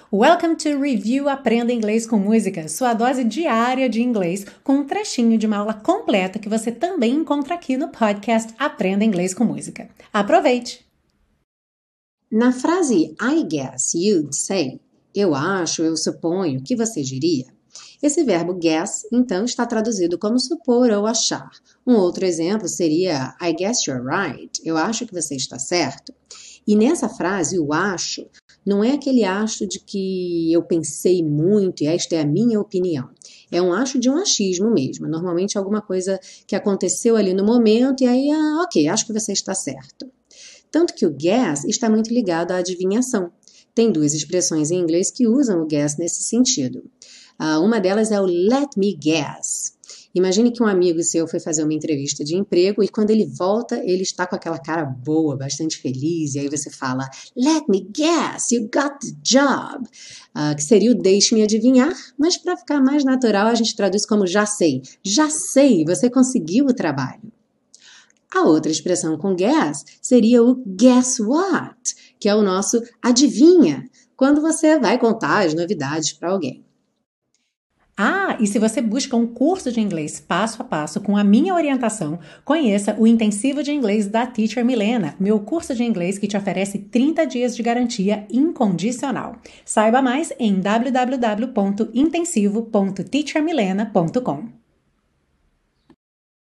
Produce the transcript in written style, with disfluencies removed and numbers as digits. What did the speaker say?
Welcome to Review Aprenda Inglês com Música, sua dose diária de inglês, com um trechinho de uma aula completa que você também encontra aqui no podcast Aprenda Inglês com Música. Aproveite! Na frase I guess you'd say, eu acho, eu suponho, que você diria, esse verbo guess, então, está traduzido como supor ou achar. Um outro exemplo seria I guess you're right, eu acho que você está certo. E nessa frase, o acho, não é aquele acho de que eu pensei muito e esta é a minha opinião. É um acho de um achismo mesmo. Normalmente alguma coisa que aconteceu ali no momento e aí, ok, acho que você está certo. Tanto que o guess está muito ligado à adivinhação. Tem duas expressões em inglês que usam o guess nesse sentido. Uma delas é o let me guess. Imagine que um amigo seu foi fazer uma entrevista de emprego e quando ele volta, ele está com aquela cara boa, bastante feliz, e aí você fala, let me guess, you got the job, que seria o deixe-me adivinhar, mas para ficar mais natural a gente traduz como já sei, você conseguiu o trabalho. A outra expressão com guess seria o guess what, que é o nosso adivinha, quando você vai contar as novidades para alguém. E se você busca um curso de inglês passo a passo com a minha orientação, conheça o Intensivo de Inglês da Teacher Milena, meu curso de inglês que te oferece 30 dias de garantia incondicional. Saiba mais em www.intensivo.teachermilena.com.